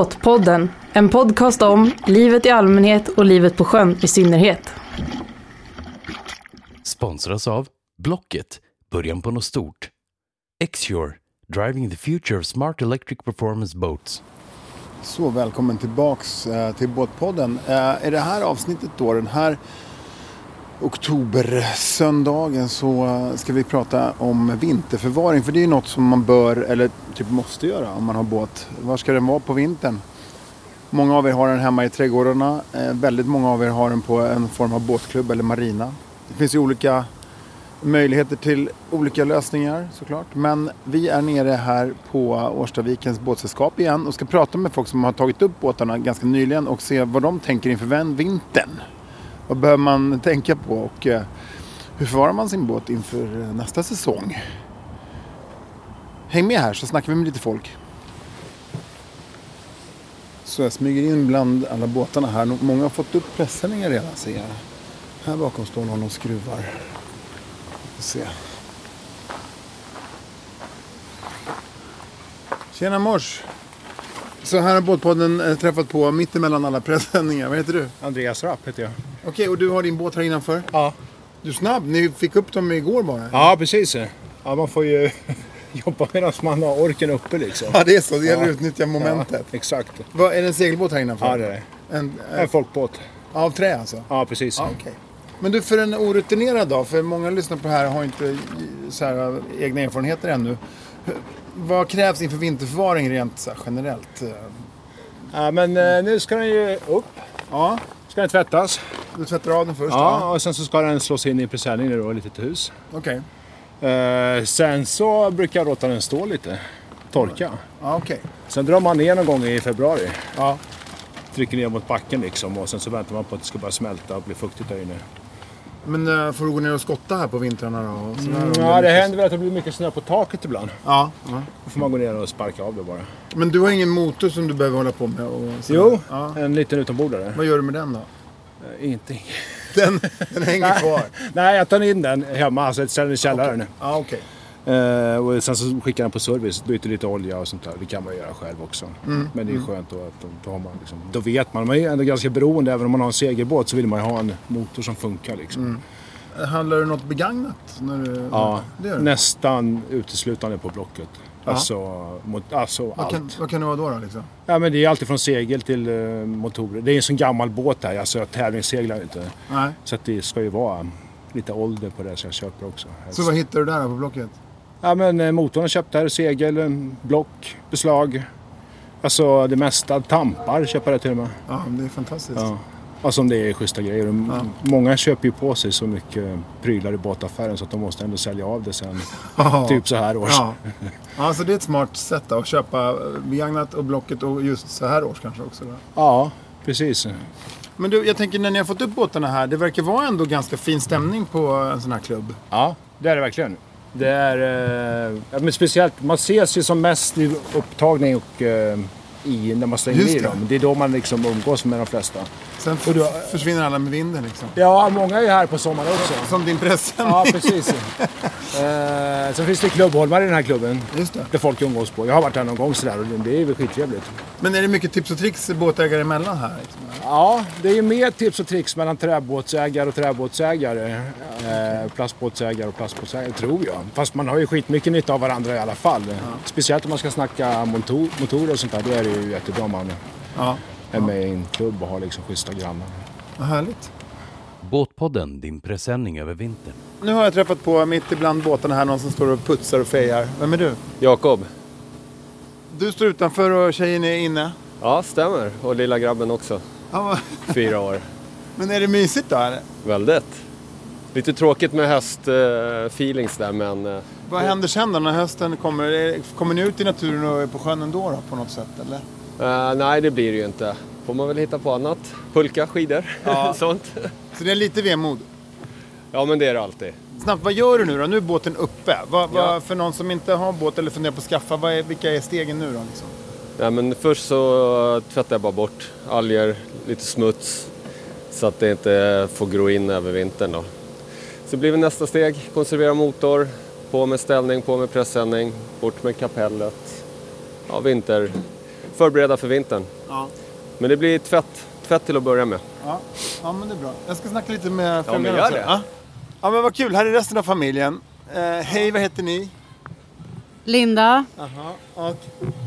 Båtpodden, en podcast om livet i allmänhet och livet på sjön i synnerhet. Sponsras av Blocket, början på något stort. Xure, driving the future of smart electric performance boats. Så välkommen tillbaks till Båtpodden. I det här avsnittet då, den här oktobersöndagen, så ska vi prata om vinterförvaring. För det är ju något som man bör, eller typ måste göra om man har båt. Var ska den vara på vintern? Många av er har den hemma i trädgårdarna. Väldigt många av er har den på en form av båtklubb eller marina. Det finns ju olika möjligheter till olika lösningar såklart. Men vi är nere här på Årstavikens båtsällskap igen och ska prata med folk som har tagit upp båtarna ganska nyligen och se vad de tänker inför vintern. Vad behöver man tänka på och hur förvarar man sin båt inför nästa säsong? Häng med här så snackar vi med lite folk. Så jag smyger in bland alla båtarna här. Många har fått upp pressändningar redan, ser jag. Här bakom står någon och skruvar. Se. Tjena mors. Så här har Båtpodden träffat på mitt emellan alla pressändningar. Vad heter du? Andreas Rapp heter jag. Okej, och du har din båt här innanför? Ja. Du är snabb, ni fick upp dem igår bara. Ja, precis. Ja, man får ju jobba medan man har orken uppe liksom. Ja, det är så. Det gäller att utnyttja momentet. Ja, exakt. Vad, är det en segelbåt här innanför? Ja, det är det. En folkbåt. Av trä alltså? Ja, precis. Ja, okej. Men du, för en orutinerad dag, för många lyssnar på det här har inte så här egna erfarenheter ännu. Vad krävs inför vinterförvaring rent så här, generellt? Ja, men nu ska den ju upp. Ja. Ska den tvättas. Du tvättar av den först? Ja, och sen så ska den slås in i presenning när det är litet hus. Okej. Sen så brukar jag låta den stå lite. Torka. Ja, okej. Sen drar man ner någon gång i februari. Ja. Trycker ner mot backen liksom och sen så väntar man på att det ska bara smälta och bli fuktigt där inne. Men får du gå ner och skotta här på vintrarna då? Och Ja, det händer väl att det blir mycket snö på taket ibland. Ja. Då får man gå ner och sparka av det bara. Men du har ingen motor som du behöver hålla på med? Jo, ja. En liten utombordare. Vad gör du med den då? Ingenting. Den hänger kvar? Nej, jag tar in den hemma, alltså ett ställe i källaren. Okay. Ja, okej. Och sen så skickar den på service, byter lite olja och sånt där. Det kan man göra själv också. Men det är skönt då att då har man liksom, då vet man är ändå ganska beroende. Även om man har en segelbåt så vill man ju ha en motor som funkar liksom. Handlar du något begagnat? När du, ja, det gör du? Nästan uteslutande på Blocket. Alltså allt. Vad kan det vara då liksom? Ja, men det är alltid från segel till motorer. Det är en sån gammal båt här, alltså jag tävlingsseglar inte. Nej. Så att det ska ju vara lite ålder på det så jag köper också. Så vad hittar du där på Blocket? Ja, men motorn har köpt här, segel, block, beslag. Alltså det mesta, tampar köper jag till och med. Ja, det är fantastiskt. Ja. Alltså om det är schyssta grejer. Ja. Många köper ju på sig så mycket prylar i båtaffären så att de måste ändå sälja av det sen. Typ så här års. Ja. Ja, så det är ett smart sätt då, att köpa begagnat och Blocket och just så här års kanske också då. Ja, precis. Men du, jag tänker när ni har fått upp båtarna här, det verkar vara ändå ganska fin stämning på en sån här klubb. Ja, det är det verkligen. Det är men speciellt, man ses ju som mest i upptagning och när man stänger i dem. Det är då man liksom umgås med de flesta. Sen försvinner alla med vinden liksom. Ja, många är ju här på sommaren också. Som din pressändning. Ja, precis. Sen finns det klubbholmar i den här klubben. Just det. Där folk umgås på. Jag har varit här någon gång sådär och det är väl skittrevligt. Men är det mycket tips och tricks båtägare emellan här? Liksom? Ja, det är ju mer tips och tricks mellan träbåtsägare och träbåtsägare. Plastbåtsägare och plastbåtsägare, tror jag. Fast man har ju skitmycket nytta av varandra i alla fall. Ja. Speciellt om man ska snacka motorer och sånt där. Då är det ju jättebra man är med i en klubb och har liksom schyssta grannar. Vad härligt. Båtpodden, din presenning över vintern. Nu har jag träffat på mitt ibland båtarna här någon som står och putsar och fejar. Vem är du? Jakob. Du står utanför och tjejen är inne. Ja, stämmer. Och lilla grabben också. 4 år. Men är det mysigt då eller? Väldigt. Lite tråkigt med höstfeelings där, men... Vad händer sen då när hösten kommer? Kommer ni ut i naturen och är på sjön ändå då, på något sätt eller? Nej, det blir det ju inte. Får man väl hitta på annat. Pulka, skidor, sånt. Så det är lite vemod? Ja, men det är det alltid. Snabbt, vad gör du nu då? Nu är båten uppe. För någon som inte har båt eller funderar på att skaffa, vilka är stegen nu då? Liksom? Nej, men först så tvättar jag bara bort alger, lite smuts. Så att det inte får gro in över vintern då. Så blir det nästa steg, konservera motor, på med ställning, på med pressändning, bort med kapellet. Ja, förbereda för vintern. Ja. Men det blir tvätt till att börja med. Ja, men det är bra. Jag ska snacka lite med men familjen gör också. det. Ja, men vad kul. Här är resten av familjen. Hej, vad heter ni? Linda. Aha. Och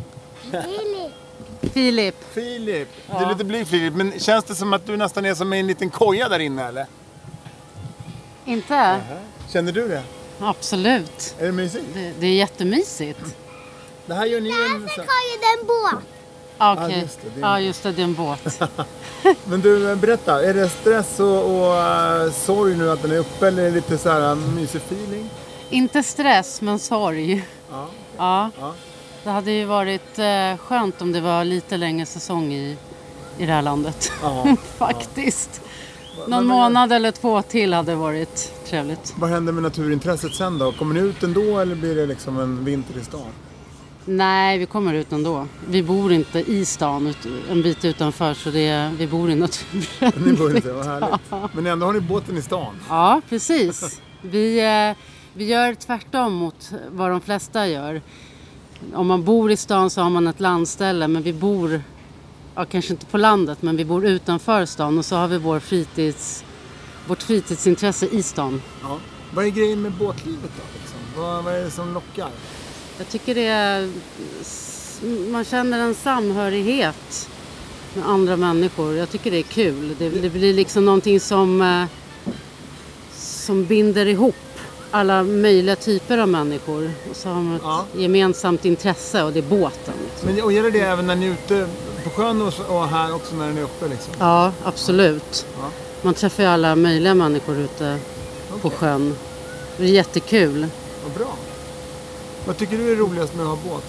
Filip. Filip. Du är lite blyg, Filip. Men känns det som att du nästan är som en liten koja där inne, eller? Inte? Känner du det? Absolut. Är det mysigt? Det är jättemysigt. Det här gör ni en... en båt. Okej. just det, det är en Ja, just det. Det är en båt. Men du, berätta. Är det stress och sorg nu att den är uppe? Eller är det lite så här mysig feeling? Inte stress, men sorg. Ja. Ja. Ja. Det hade ju varit skönt om det var lite längre säsong i det här landet. Ja. Faktiskt. Någon månad eller 2 till hade varit trevligt. Vad händer med naturintresset sen då? Kommer ni ut ändå eller blir det liksom en vinter i stan? Nej, vi kommer ut ändå. Vi bor inte i stan, en bit utanför, så vi bor i naturen. Ni bor inte, vad härligt. Men ändå har ni båten i stan. Ja, precis. Vi gör tvärtom mot vad de flesta gör. Om man bor i stan så har man ett landställe, men vi bor, kanske inte på landet, men vi bor utanför stan och så har vi vårt fritidsintresse i stan. Ja. Vad är grejen med båtlivet då? Liksom? Vad är det som lockar? Jag tycker man känner en samhörighet med andra människor. Jag tycker det är kul. Det blir liksom någonting som binder ihop alla möjliga typer av människor. Och så har man ett gemensamt intresse och det är båten. Men, och gäller det även när ni är ute på sjön och här också när ni är uppe liksom? Ja, absolut. Ja. Man träffar ju alla möjliga människor ute på sjön. Det är jättekul. Vad bra. Vad tycker du är roligast med att ha båt?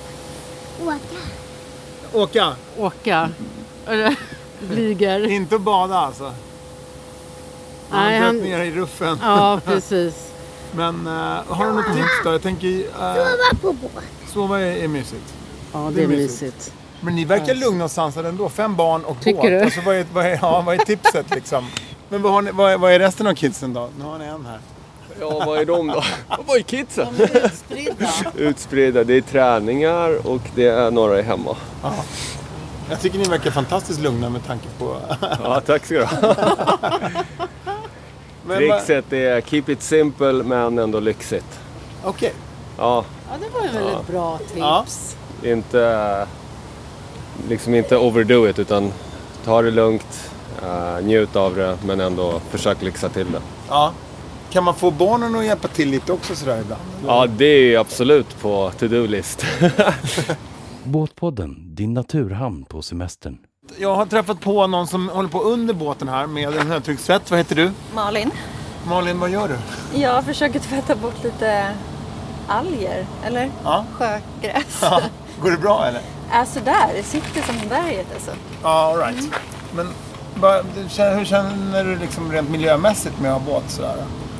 Åka? Eller blyger. Inte att bada alltså? Nej, han ner i ruffen. Ja, precis. Men har du något tips då? Jag tänker... Sova på båt. Sova är mysigt. Ja, det är mysigt. Men ni verkar lugna och sansade ändå. 5 barn och Tycker båt. du? Alltså, vad är tipset liksom? Men vad är resten av kidsen då? Nu har ni en här. Ja, vad är de då? Vad är kidsen? De är utspridda. Utspridda. Det är träningar och det är några är hemma. Ja. Jag tycker ni verkar fantastiskt lugna med tanke på... Ja, tack ska du ha. Trixet är keep it simple men ändå lyxigt. Okej. Ja. Ja, det var ju väl ett bra tips. Inte overdo it utan ta det lugnt, njut av det men ändå försök lyxa till det. Ja. Kan man få barnen att hjälpa till lite också sådär ibland? Ja, det är absolut på to-do-list. Båtpodden, din naturhamn på semestern. Jag har träffat på någon som håller på under båten här med en högtryckstvätt. Vad heter du? Malin. Malin, vad gör du? Jag försöker tvätta bort lite alger, eller sjögräs. Ja. Går det bra eller? Sådär, det sitter som berget alltså. Ja, all right. Men hur känner du liksom rent miljömässigt med att ha båt sådär?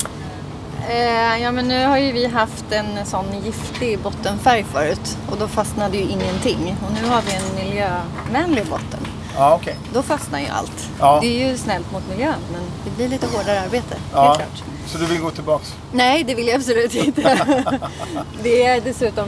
Ja, men nu har ju vi haft en sån giftig bottenfärg förut och då fastnade ju ingenting. Och nu har vi en miljövänlig botten. Ja, okej. Då fastnar ju allt. Ja. Det är ju snällt mot miljön, men det blir lite hårdare arbete, Ja. helt klart. Så du vill gå tillbaks? Nej, det vill jag absolut inte. Det är dessutom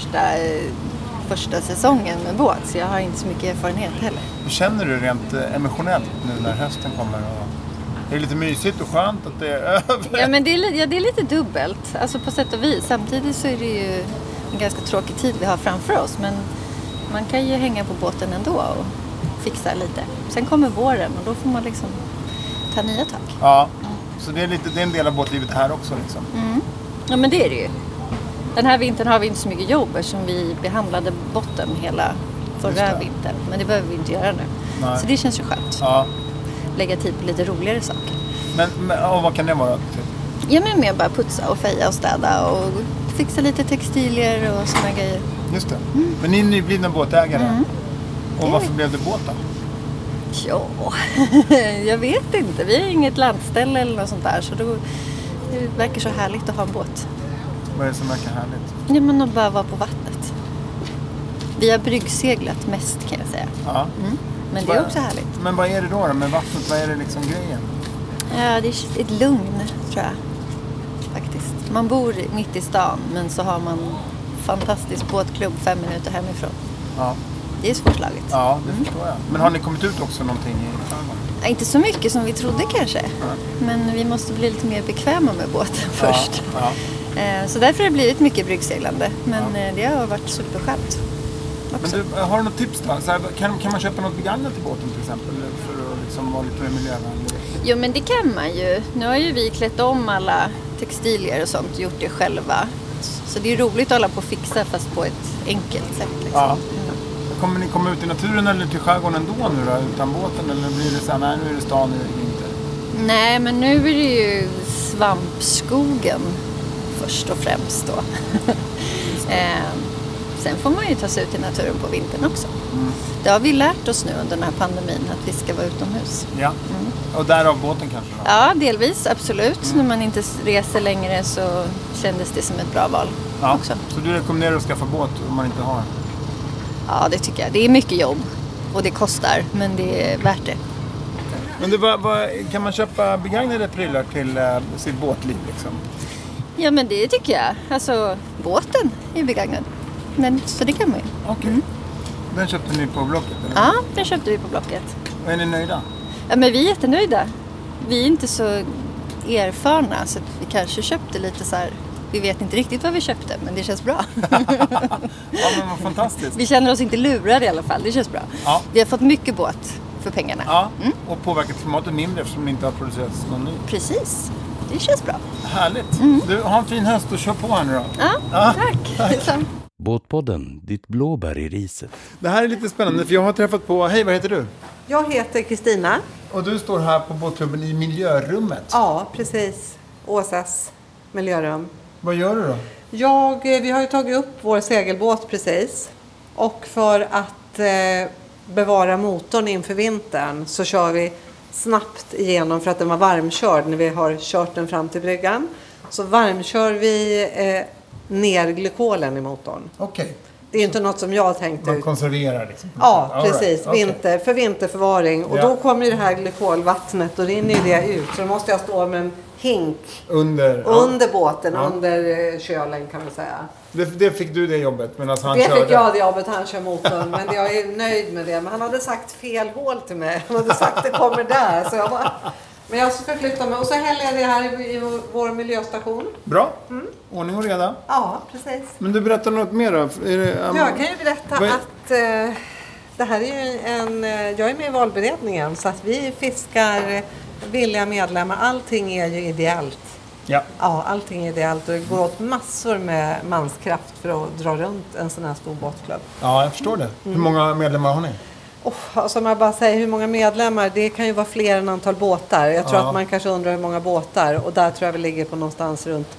första säsongen med båt, så jag har inte så mycket erfarenhet heller. Hur känner du rent emotionellt nu när hösten kommer? Är det lite mysigt och skönt att det är över? Ja, men det är lite dubbelt, alltså på sätt och vis. Samtidigt så är det ju en ganska tråkig tid vi har framför oss, men man kan ju hänga på båten ändå och fixa lite. Sen kommer våren och då får man liksom ta nya tag. Ja, så det är en del av båtlivet här också liksom. Ja, men det är det ju. Den här vintern har vi inte så mycket jobb eftersom vi behandlade botten hela förra vintern. Men det behöver vi inte göra nu. Nej. Så det känns ju skönt. Ja. Lägga tid på lite roligare saker. Men vad kan det vara? Ja, men mer bara putsa och feja och städa och fixa lite textilier och såna grejer. Just det. Men ni är nyblivna båtägare. Och varför blev det båt då? Ja, jag vet inte. Vi har inget landställe eller något sånt där. Så det verkar så härligt att ha en båt. Vad är det som verkar härligt? Ja, men att bara vara på vattnet. Vi har bryggseglat mest kan jag säga. Ja. Men det är också härligt. Men vad är det då med vattnet? Vad är det liksom grejen? Ja, det är ett lugn tror jag. Faktiskt. Man bor mitt i stan men så har man fantastisk båtklubb 5 minuter hemifrån. Ja. det är svårslaget. Ja, det förstår jag. Men har ni kommit ut också någonting i skärgården? Ja, inte så mycket som vi trodde kanske. Men vi måste bli lite mer bekväma med båten först. Ja. Så därför har det blivit mycket bryggseglande. Men det har varit superskönt. Men du, har du något tips då? Så här, kan man köpa något begagnat till båten till exempel? För att liksom vara lite mer miljövänlig? Jo, men det kan man ju. Nu har ju vi klätt om alla textilier och sånt och gjort det själva. Så det är roligt att hålla på och fixa fast på ett enkelt sätt. Liksom. Ja. Kommer ni komma ut i naturen eller till skärgården ändå nu då, utan båten? Eller blir det så här, nej nu är det stan i vinter? Nej, men nu är det ju svampskogen först och främst då. Sen får man ju ta sig ut i naturen på vintern också. Det har vi lärt oss nu under den här pandemin att vi ska vara utomhus. Ja, och därav båten kanske då? Ja, delvis, absolut. När man inte reser längre så kändes det som ett bra val också. Så du rekommenderar att skaffa båt om man inte har? Ja, det tycker jag. Det är mycket jobb och det kostar, men det är värt det. Men kan man köpa begagnade prylar till sitt båtliv liksom? Ja, men det tycker jag. Alltså, båten är begagnad. Men, så det kan man ju. Okej. Den köpte ni på Blocket? Eller? Ja, den köpte vi på Blocket. Och är ni nöjda? Ja, men vi är jättenöjda. Vi är inte så erfarna så att vi kanske köpte lite så här. Vi vet inte riktigt vad vi köpte, men det känns bra. Ja, men vad fantastiskt. Vi känner oss inte lurade i alla fall, det känns bra. Ja. Vi har fått mycket båt för pengarna. Ja, och påverkat klimatet mindre eftersom det inte har producerats någon ny. Precis, det känns bra. Härligt. Du, har en fin höst och kör på här nu då. Ja, tack. Båtpodden, ditt blåbär i riset. Det här är lite spännande för jag har träffat på, hej vad heter du? Jag heter Kristina. Och du står här på båtklubben i miljörummet. Ja, precis. Åsas miljörum. Vad gör du då? Vi har ju tagit upp vår segelbåt precis. Och för att bevara motorn inför vintern så kör vi snabbt igenom för att den var varmkörd när vi har kört den fram till bryggan. Så varmkör vi ner glykolen i motorn. Okej. Det är inte något som jag tänkte Man ut. konserverar liksom. Ja, precis. Right. För vinterförvaring. Och då kommer ju det här glykolvattnet och rinner ju det ut. Så då måste jag stå med en hink under båten, under kölen kan man säga. Det fick du det jobbet medan han det körde? Det fick jag det jobbet, han kör motorn. Men jag är nöjd med det. Men han hade sagt fel hål till mig. Han hade sagt det kommer där. Så jag bara... Men jag ska förflytta mig. Och så häller jag det här i vår miljöstation. Bra. Ordning och reda. Ja, precis. Men du berättar något mer då? Jag kan ju berätta att det här är ju jag är med i valberedningen. Så att vi fiskar villiga medlemmar. Allting är ju ideellt. Ja. Ja, allting är ideellt. Och det går åt massor med manskraft för att dra runt en sån här stor båtklubb. Ja, jag förstår det. Hur många medlemmar har ni? Som jag bara säger, hur många medlemmar? Det kan ju vara fler än antal båtar. Jag tror att man kanske undrar hur många båtar. Och där tror jag vi ligger på någonstans runt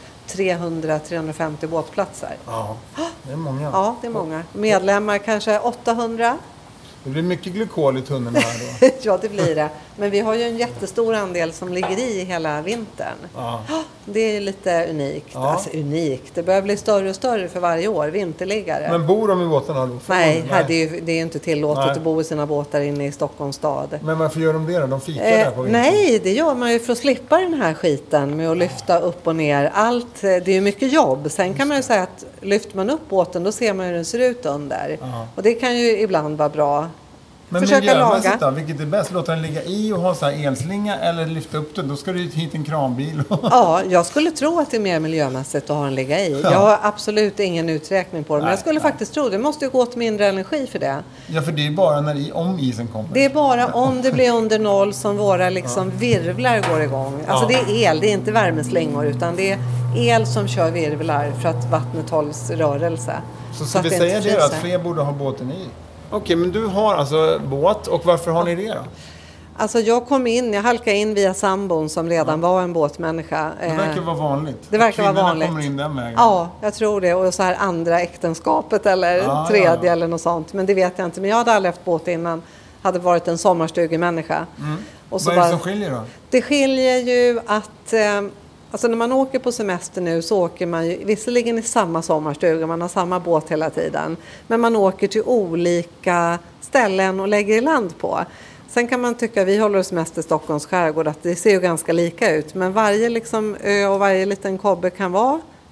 300-350 båtplatser. Ja, det är många. Ja, det är många. Medlemmar kanske 800. Det blir mycket glykol i tunneln här då. Ja, det blir det. Men vi har ju en jättestor andel som ligger i hela vintern. Ja. Det är lite unikt. Ja. Alltså unikt. Det börjar bli större och större för varje år. Vinterliggare. Men bor de i båtarna då? Nej, det är inte tillåtet att bo i sina båtar inne i Stockholms stad. Men varför gör de det då? De fikar där på vintern? Nej, det gör man ju för att slippa den här skiten med att lyfta upp och ner. Allt, det är ju mycket jobb. Sen kan man ju säga att lyfter man upp båten då ser man hur den ser ut under. Och det kan ju ibland vara bra. Men miljömässigt då, vilket är bäst? Låta den ligga i och ha så här elslinga eller lyfta upp den? Då ska du hit en kranbil. Ja, jag skulle tro att det är mer miljömässigt att ha den ligga i. Jag har absolut ingen uträkning på det. Men jag skulle faktiskt tro det måste ju gå åt mindre energi för det. Ja, för det är bara om isen kommer. Det är bara om det blir under noll som våra liksom virvlar går igång. Alltså det är el, det är inte värmeslingor utan det är el som kör virvlar för att vattnet hålls i rörelse. Så vi säger det att fler borde ha båten i? Okej, men du har alltså båt och varför har ni det då? Alltså jag halkade in via sambon som redan var en båtmänniska. Det verkar vara vanligt. Det verkar vara vanligt. Kommer in den vägen. Ja, jag tror det. Och så här andra äktenskapet eller tredje eller något sånt. Men det vet jag inte. Men jag hade aldrig haft båt innan. Hade varit en sommarstugemänniska. Och så vad är det som skiljer då? Det skiljer ju att... Alltså när man åker på semester nu så åker man ju visserligen i samma sommarstuga, man har samma båt hela tiden. Men man åker till olika ställen och lägger i land på. Sen kan man tycka, vi håller oss mest i Stockholms skärgård, att det ser ju ganska lika ut. Men varje liksom ö och varje liten kobbe kan vara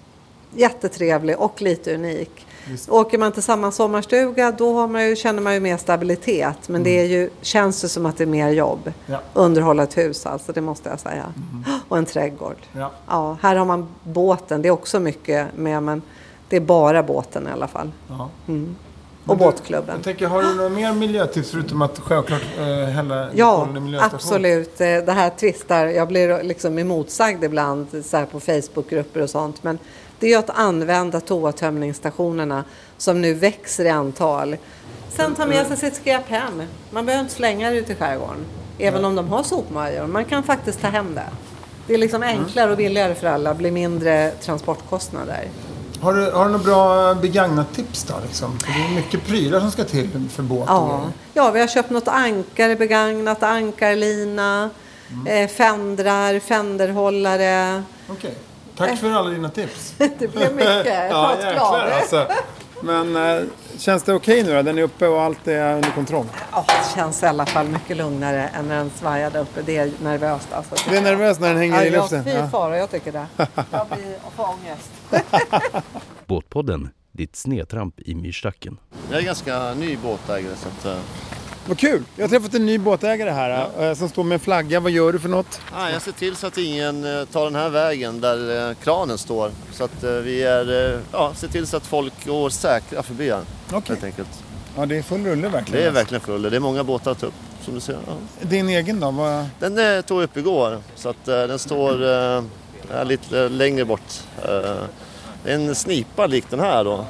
jättetrevlig och lite unik. Åker man till samma sommarstuga då känner man ju mer stabilitet. Men det känns det som att det är mer jobb. Ja. Underhålla ett hus alltså, det måste jag säga. Och en trädgård. Ja, här har man båten, det är också mycket med, men det är bara båten i alla fall. Ja. Och båtklubben. Jag tänker, har du några mer miljötips förutom att självklart hälla miljöstation? Absolut. Det här tvistar. Jag blir liksom emotsagd ibland så här på Facebookgrupper och sånt. Men det är ju att använda toatömningsstationerna som nu växer i antal. Sen ta med sig sitt skräp hem. Man behöver inte slänga det ut i skärgården. Även om de har sopmajor. Man kan faktiskt ta hem det. Det är liksom enklare och billigare för alla. Blir mindre transportkostnader. Har du några bra begagnat tips då? Liksom? För det är mycket prylar som ska till för båten. Ja, vi har köpt något ankare begagnat, ankarlina, fänderhållare. Okej. Tack för alla dina tips. Det blev mycket. Jag är glad. Alltså. Men känns det okej nu då? Den är uppe och allt är under kontroll? Ja, det känns i alla fall mycket lugnare än när den svajade uppe. Det är nervöst alltså. Det är nervöst när den hänger i luften? Ja, fy fara, jag tycker det. Jag får ångest. Båtpodden, ditt snedtramp i myrstacken. Jag är ganska ny båtägare så att... Vad kul! Jag har träffat en ny båtägare här som står med en flagga. Vad gör du för något? Jag ser till så att ingen tar den här vägen där kranen står. Så att vi ser till så att folk går säkra förbi här. Helt enkelt. Ja, det är full rulle verkligen. Det är verkligen full rulle. Det är många båtar att ta upp, som du ser. Ja. Din egen då? Den tog upp igår. Så att den står lite längre bort. Det är en snipa lik den här då.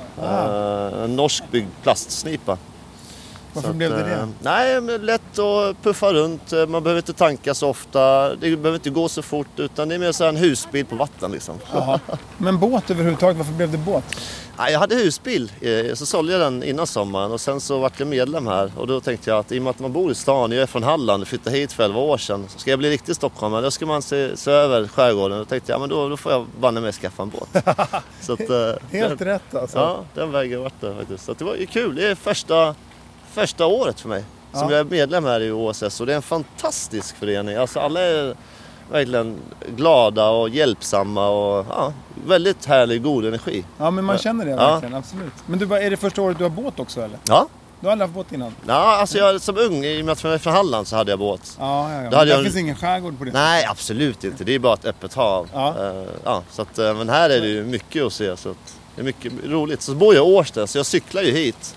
En norsk byggd plastsnipa. Varför blev det? Nej, men lätt att puffa runt. Man behöver inte tanka så ofta. Det behöver inte gå så fort. Utan det är mer så en husbil på vatten liksom. Men båt överhuvudtaget, varför blev det båt? Nej, jag hade husbil. Så sålde jag den innan sommaren. Och sen så vart jag medlem här. Och då tänkte jag att i och med att man bor i stan. Jag är från Halland och flyttade hit för 11 år sedan. Så ska jag bli riktigt stockholmare. Då ska man se över skärgården. Och tänkte jag, men då får jag banne mig skaffa en båt. Så att, helt rätt alltså. Ja, den vägen vart det faktiskt. Så att det var ju kul. Det är första året för mig som jag är medlem här i OSS och det är en fantastisk förening. Alltså alla är verkligen glada och hjälpsamma och väldigt härlig, god energi. Ja, men man känner det verkligen, absolut. Men är det första året du har båt också eller? Ja. Du har aldrig haft båt innan? Ja, alltså jag som ung, i och med att jag är från Halland så hade jag båt. Ja. Det finns ingen skärgård på det? Nej, absolut inte. Det är bara ett öppet hav. Så att, men här är det ju mycket att se så att det är mycket roligt. Så bor jag i Årsta så jag cyklar ju hit.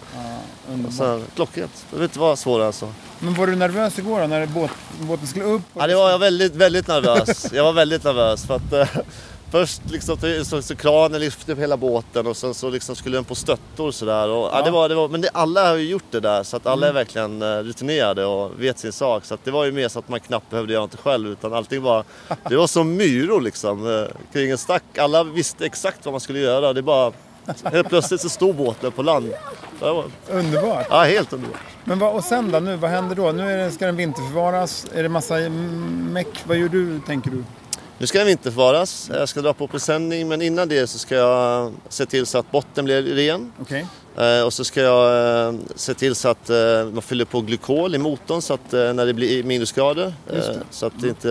Klockrent. Det vill inte vara svårare alltså. Men var du nervös igår då, när båten skulle upp? Ja, det var jag väldigt, väldigt nervös. Jag var väldigt nervös för att först liksom så kranen lyfte upp hela båten och sen så liksom skulle den på stöttor och sådär. Men alla har ju gjort det där så att alla är verkligen rutinerade och vet sin sak. Så att det var ju mer så att man knappt behövde göra inte själv utan allting var, det var som myror liksom kring en stack. Alla visste exakt vad man skulle göra. Det bara, helt plötsligt så stod båten på land. Underbart. Ja, helt underbart. Men och sen då? Vad händer då? Nu ska den vinterförvaras. Är det massa meck? Vad gör du, tänker du? Nu ska den vinterförvaras. Jag ska dra på presenning. Men innan det så ska jag se till så att botten blir ren. Okej. Och så ska jag se till så att man fyller på glykol i motorn så att när det blir minusgrader. Så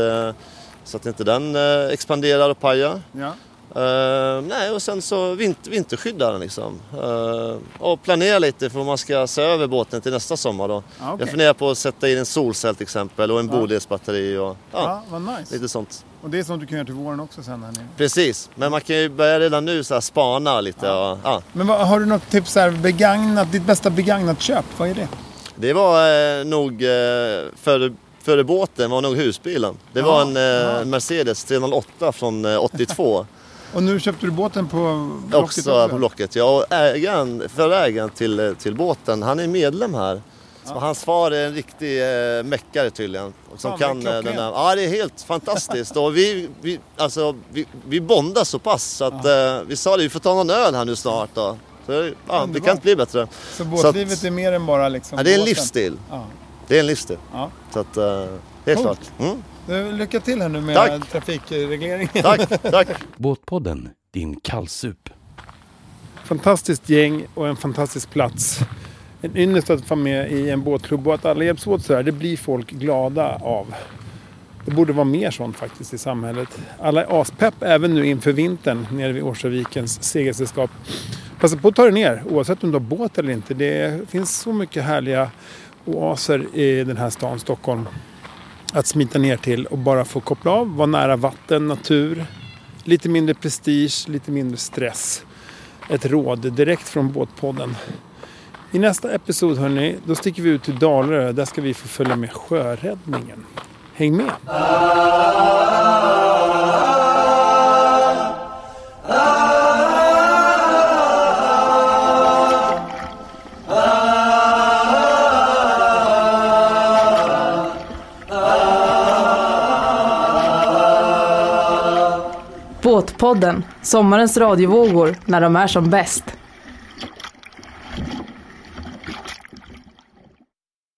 att inte den expanderar och pajar. Ja. Och sen så vinterskydda den liksom. Och planera lite för om man ska se över båten till nästa sommar då. Jag funderar på att sätta in en solcell till exempel och en bodelsbatteri och vad nice. Lite sånt. Och det är sånt du kan göra till våren också sen här nere. Precis, men man kan ju börja redan nu så här spana lite. Men har du något tips här, begagnat, ditt bästa begagnat köp, vad är det? Det var nog före båten var nog husbilen. Det var en Mercedes 308 från 82. Och nu köpte du båten på Blocket också? På Blocket, ja. Och förägaren till båten, han är medlem här. Så hans far är en riktig mäckare tydligen. Som kan den här. Ja, det är helt fantastiskt. Och vi bondar så pass så att vi sa det, vi får ta någon öl här nu snart då. Så, det kan inte bli bättre. Så båtlivet är mer än bara liksom det är en livsstil. Det är en livsstil. Så att, helt klart. Lycka till här nu med trafikregleringen. Tack. Båtpodden, din kallsup. Fantastiskt gäng och en fantastisk plats. En ynnest att få med i en båtklubb och att alla hjälps åt så här, det blir folk glada av. Det borde vara mer sånt faktiskt i samhället. Alla är aspepp även nu inför vintern nere vid Årstavikens segelsällskap. Passa på att ta det ner oavsett om du har båt eller inte. Det finns så mycket härliga oaser i den här stan Stockholm att smita ner till och bara få koppla av, vara nära vatten, natur, lite mindre prestige, lite mindre stress. Ett råd direkt från Båtpodden. I nästa episod hörni, då sticker vi ut till Dalarö. Där ska vi få följa med sjöräddningen. Häng med! Båtpodden, sommarens radiovågor när de är som bäst.